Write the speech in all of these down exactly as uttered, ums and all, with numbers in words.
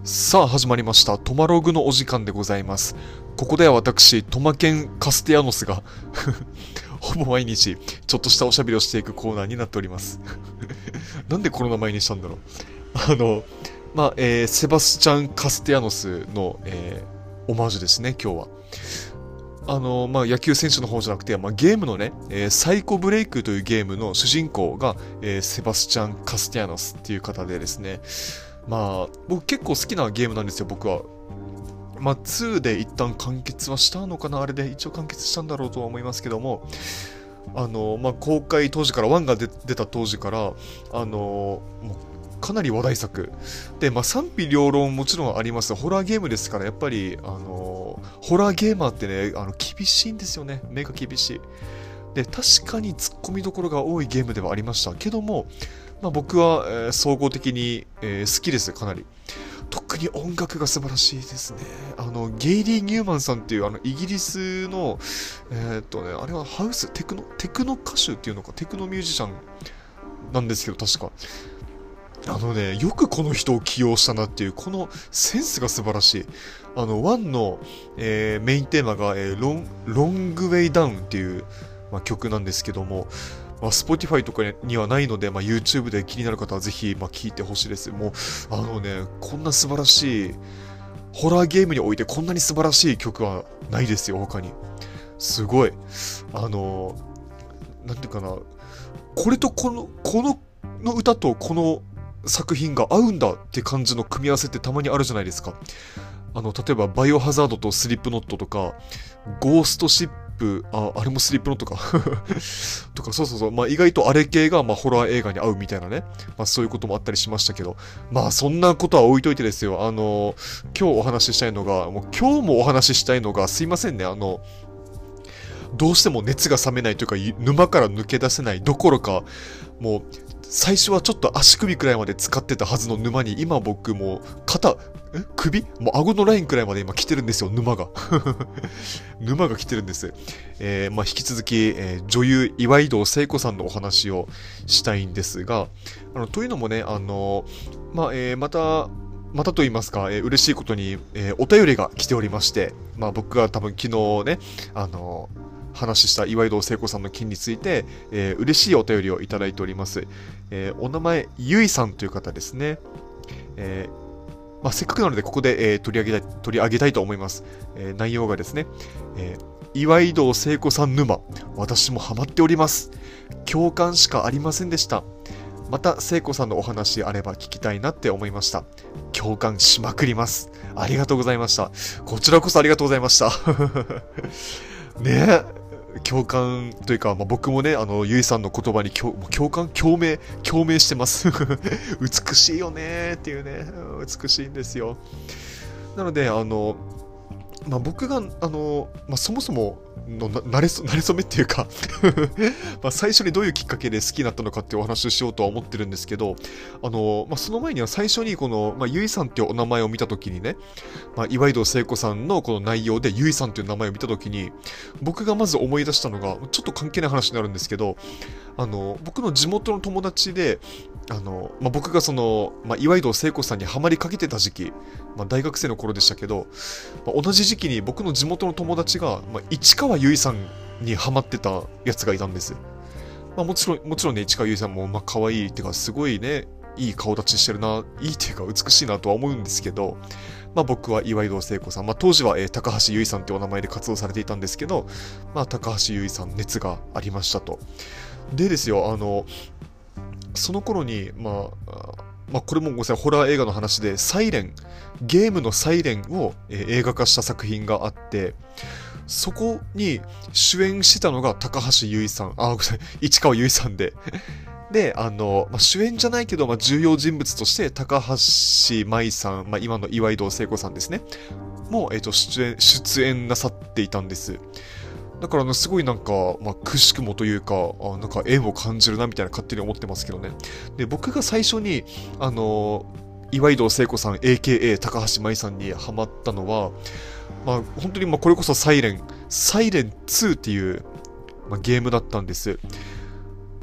さあ始まりました。トマログのお時間でございます。ここでは私、トマケン・カステヤノスがほぼ毎日ちょっとしたおしゃべりをしていくコーナーになっております。なんでこの名前にしたんだろう。あの、まあ、えー、セバスチャン・カステヤノスの、えー、オマージュですね、今日は。あの、まあ、野球選手の方じゃなくて、まあ、ゲームのね、えー、サイコブレイクというゲームの主人公が、えー、セバスチャン・カステヤノスっていう方でですね、まあ、僕結構好きなゲームなんですよ、僕は。まあ、ツーで一旦完結はしたのかな、あれで一応完結したんだろうとは思いますけども、あの、まあ、公開当時から、ワンが出た当時から、あの、もうかなり話題作。で、まあ、賛否両論もちろんあります。ホラーゲームですから、やっぱり、あの、ホラーゲーマーってね、あの、厳しいんですよね。目が厳しい。で、確かに突っ込みどころが多いゲームではありましたけども、まあ、僕は、えー総合的に、えー好きです、かなり。特に音楽が素晴らしいですね。あの、ゲイリー・ニューマンさんっていう、あの、イギリスの、えーっとね、あれはハウス、テクノ、テクノ歌手っていうのか、テクノミュージシャンなんですけど、確か。あのね、よくこの人を起用したなっていう、このセンスが素晴らしい。あの、ワンの、えーメインテーマが、えーロン、ロングウェイダウンっていう、まあ、曲なんですけども、まあ、Spotify とかにはないので、まあ、YouTube で気になる方はぜひ、まあ、聞いてほしいです。もう、あのね、こんな素晴らしい、ホラーゲームにおいてこんなに素晴らしい曲はないですよ、他に。すごい。あの、なんていうかな、これとこの、この、の歌とこの作品が合うんだって感じの組み合わせってたまにあるじゃないですか。あの、例えば、バイオハザードとスリップノットとか、ゴーストシップ、あ、あれもスリップノットか。とか、そうそうそう。まあ、意外とあれ系が、まあ、ホラー映画に合うみたいなね。まあ、そういうこともあったりしましたけど。まあ、そんなことは置いといてですよ。あの、今日お話ししたいのが、もう今日もお話ししたいのが、すいませんね。あの、どうしても熱が冷めないというか、沼から抜け出せないどころか、もう、最初はちょっと足首くらいまで使ってたはずの沼に、今僕もう、肩、え首もう顎のラインくらいまで今来てるんですよ、沼が。沼が来てるんです。えー、まあ、引き続き、えー女優、岩井堂聖子さんのお話をしたいんですが、あの、というのもね、あの、まあ、えーまた、またと言いますか、えー嬉しいことに、えーお便りが来ておりまして、まあ僕が多分昨日ね、あの話した岩井堂聖子さんの件について、えー嬉しいお便りをいただいております。えーお名前、ゆいさんという方ですね。えーまあ、せっかくなのでここで、えー取り上げたい、取り上げたいと思います。えー内容がですね、えー岩井堂聖子さん沼、私もハマっております。共感しかありませんでした。また聖子さんのお話あれば聞きたいなって思いました。共感しまくります。ありがとうございました。こちらこそありがとうございました。ねえ、共感というか、まあ、僕もね、あの、ゆいさんの言葉に共共感、共鳴、共鳴してます。美しいよねっていうね、美しいんですよ。なので、あの、まあ、僕が、あの、まあ、そもそものな、慣れそ、慣れ初めっていうかまあ最初にどういうきっかけで好きになったのかっていうお話をしようとは思ってるんですけど、あの、まあ、その前には最初にこの、まあ、ゆいさんっていうお名前を見たときにね、まあ、岩井戸聖子さんのこの内容でゆいさんっていう名前を見たときに、僕がまず思い出したのが、ちょっと関係ない話になるんですけど、あの、僕の地元の友達で、あの、まあ、僕がその、まあ、岩井戸聖子さんにハマりかけてた時期、まあ、大学生の頃でしたけど、まあ、同じ時期に僕の地元の友達が、まあ、市川由衣さんにハマってたやつがいたんです。まあ、もちろん、もちろんね、市川由衣さんも、まあ、可愛いっていうか、すごいね、いい顔立ちしてるな、いいっていうか、美しいなとは思うんですけど、まあ、僕は岩井堂聖子さん、まあ、当時は、えー高橋由衣さんってお名前で活動されていたんですけど、まあ、高橋由衣さん熱がありましたと。でですよ、あの、その頃に、まあ、まあ、これもごめんなさい、ホラー映画の話で、サイレン、ゲームのサイレンを、えー映画化した作品があって、そこに主演してたのが高橋由衣さん、あ、ごめんなさい、市川由衣さんで、で、あの、まあ、主演じゃないけど、まあ、重要人物として高橋舞さん、まあ、今の岩井堂聖子さんですね、も、えっと、出演、出演なさっていたんです。だから、すごいなんか、まあ、くしくもというか、あなんか縁を感じるなみたいな勝手に思ってますけどね。で、僕が最初に、あの岩井堂聖子さん エーケーエー 高橋舞さんにハマったのは、まあ、本当にまあこれこそサイレン、サイレンツーっていう、まあ、ゲームだったんです。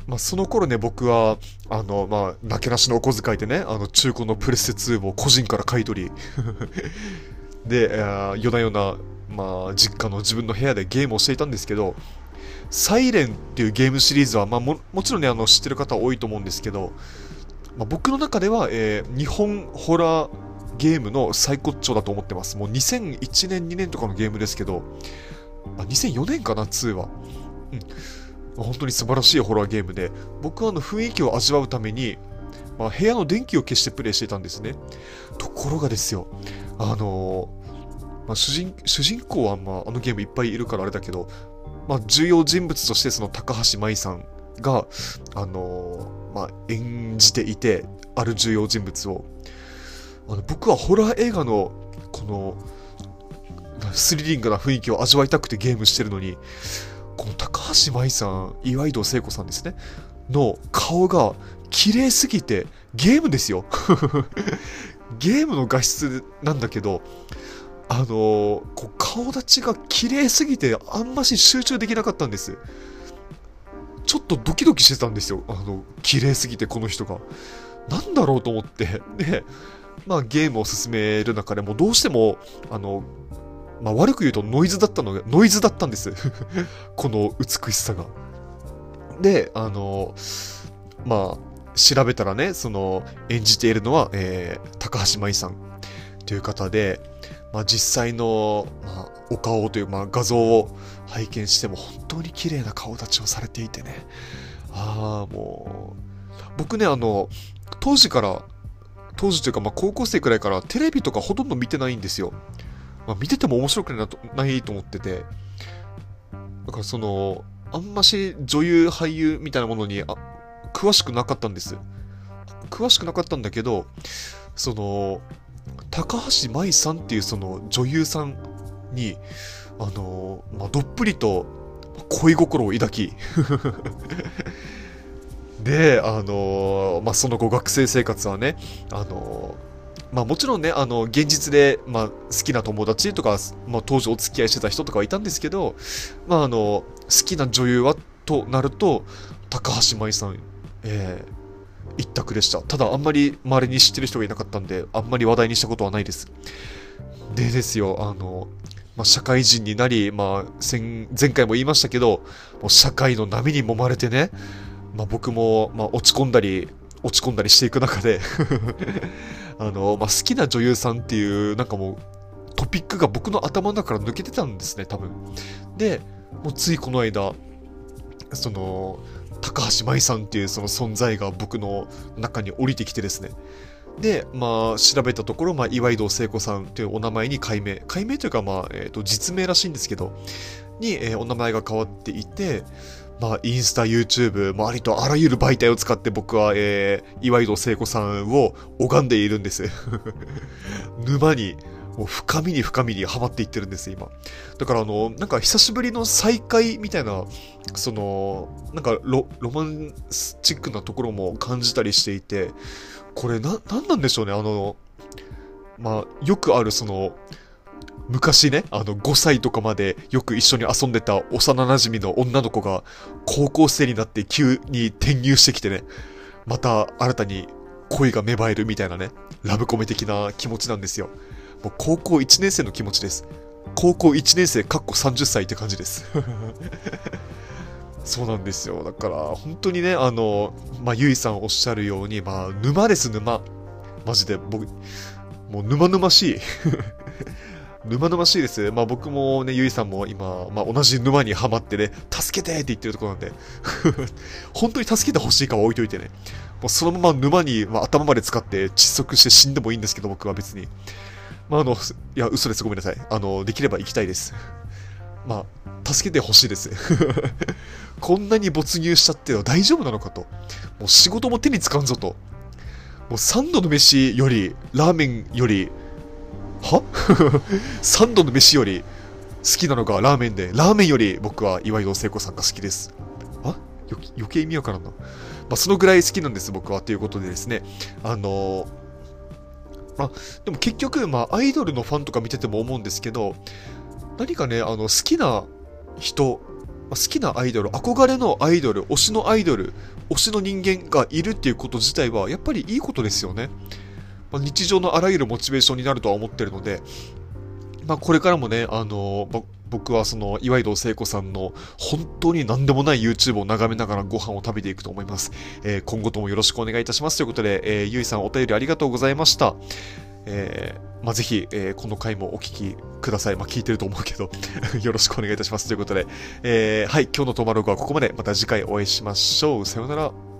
まあ、その頃ね、僕は、あの、まあ、なけなしのお小遣いでね、あの、中古のプレステツーを個人から買い取り、で、あー夜な夜な、まあ、実家の自分の部屋でゲームをしていたんですけど、サイレンっていうゲームシリーズは、まあ、も、もちろんね、あの、知ってる方多いと思うんですけど、まあ、僕の中では、えー日本ホラーゲームの最高潮だと思ってます。もうにせんいちねん、にねんとかのゲームですけど、あ、にせんよねんかな、ツーは。うん。まあ本当に素晴らしいホラーゲームで、僕はあの雰囲気を味わうために、まあ、部屋の電気を消してプレイしていたんですね。ところがですよ、あのーまあ、主人、主人公は、まあ、あのゲームいっぱいいるからあれだけど、まあ、重要人物としてその高橋舞さんが、あのーまあ、演じていて、ある重要人物を、あの僕はホラー映画の、この、スリリングな雰囲気を味わいたくてゲームしてるのに、この高橋舞さん、岩井戸聖子さんですね、の顔が綺麗すぎて、ゲームですよ。ゲームの画質なんだけど、あのーこう顔立ちが綺麗すぎて、あんまし集中できなかったんです。ちょっとドキドキしてたんですよ。あの、綺麗すぎてこの人が。なんだろうと思って。で、まあゲームを進める中でもどうしても、あの、まあ悪く言うとノイズだったのが、ノイズだったんです。この美しさが。で、あの、まあ、調べたらね、その、演じているのは、えー、高橋舞さんという方で、まあ実際の、まあ、お顔という、まあ画像を拝見しても本当に綺麗な顔立ちをされていてね。ああ、もう、僕ね、あの、当時から、当時というか、まあ高校生くらいからテレビとかほとんど見てないんですよ。まあ見てても面白くないとないと思ってて。だからその、あんまし女優、俳優みたいなものにあ詳しくなかったんです。詳しくなかったんだけど、その、高橋舞さんっていうその女優さんに、あの、まあ、どっぷりと恋心を抱き、で、あの、まあ、その後学生生活はね、あの、まあもちろんね、あの、現実で、まあ好きな友達とか、まあ当時お付き合いしてた人とかはいたんですけど、まああの、好きな女優は、となると、高橋舞さん、えー一択でした。ただあんまり周りに知ってる人がいなかったんで、あんまり話題にしたことはないです。でですよ、あの、まあ、社会人になり、まあ、前前回も言いましたけど、もう社会の波に揉まれてね、まあ、僕も、まあ、落ち込んだり、落ち込んだりしていく中であの、まあ、好きな女優さんっていう、なんかもう、トピックが僕の頭の中から抜けてたんですね、多分。で、もうついこの間、その、高橋舞さんっていうその存在が僕の中に降りてきてですね。で、まあ、調べたところ、まあ、岩井戸聖子さんというお名前に改名。改名というか、まあ、えっと、実名らしいんですけど、に、えーお名前が変わっていて、まあ、インスタ、YouTube、まあ、ありとあらゆる媒体を使って僕は、えー、岩井戸聖子さんを拝んでいるんです。沼に、もう深みに深みにはまっていってるんです、今。だから、あの、なんか久しぶりの再会みたいな、その、なんかロ、ロマンチックなところも感じたりしていて、これな、なんなんでしょうね、あの、まあ、よくあるその、昔ね、あの、ごさいとかまでよく一緒に遊んでた幼馴染の女の子が、高校生になって急に転入してきてね、また新たに恋が芽生えるみたいなね、ラブコメ的な気持ちなんですよ。もう高校いちねん生の気持ちです。高校いちねん生、かっこさんじゅっさいって感じです。そうなんですよ。だから、本当にね、あの、まあ、ゆいさんおっしゃるように、まあ、沼です、沼。マジで、僕、もう沼沼しい。沼々しいです。まあ僕もね、ゆいさんも今、まあ同じ沼にはまってね、助けてって言ってるところなんで、本当に助けてほしいかは置いといてね、もうそのまま沼に、まあ、頭まで使って窒息して死んでもいいんですけど、僕は別に。まああの、いや、嘘です。ごめんなさい。あの、できれば行きたいです。まあ、助けてほしいです。こんなに没入しちゃって大丈夫なのかと。もう仕事も手につかんぞと。もう三度の飯より、ラーメンより、は三度の飯より好きなのがラーメンで、ラーメンより僕は岩井戸聖子さんが好きです。あよ余計意味わからんな。まあ、そのぐらい好きなんです、僕は。ということでですね。あのー、あ、でも結局、まあ、アイドルのファンとか見てても思うんですけど、何かね、あの、好きな人好きなアイドル、憧れのアイドル、推しのアイドル、推しの人間がいるっていうこと自体は、やっぱりいいことですよね。まあ、日常のあらゆるモチベーションになるとは思ってるので、まあ、これからもね、あのー僕はその、岩井戸聖子さんの本当に何でもない YouTube を眺めながらご飯を食べていくと思います。えー、今後ともよろしくお願いいたします。ということで、えー、ゆいさんお便りありがとうございました。えー、まあ、ぜひ、えー、この回もお聞きください。まあ、聞いてると思うけど、よろしくお願いいたします。ということで、えー、はい、今日のトマログはここまで。また次回お会いしましょう。さようなら。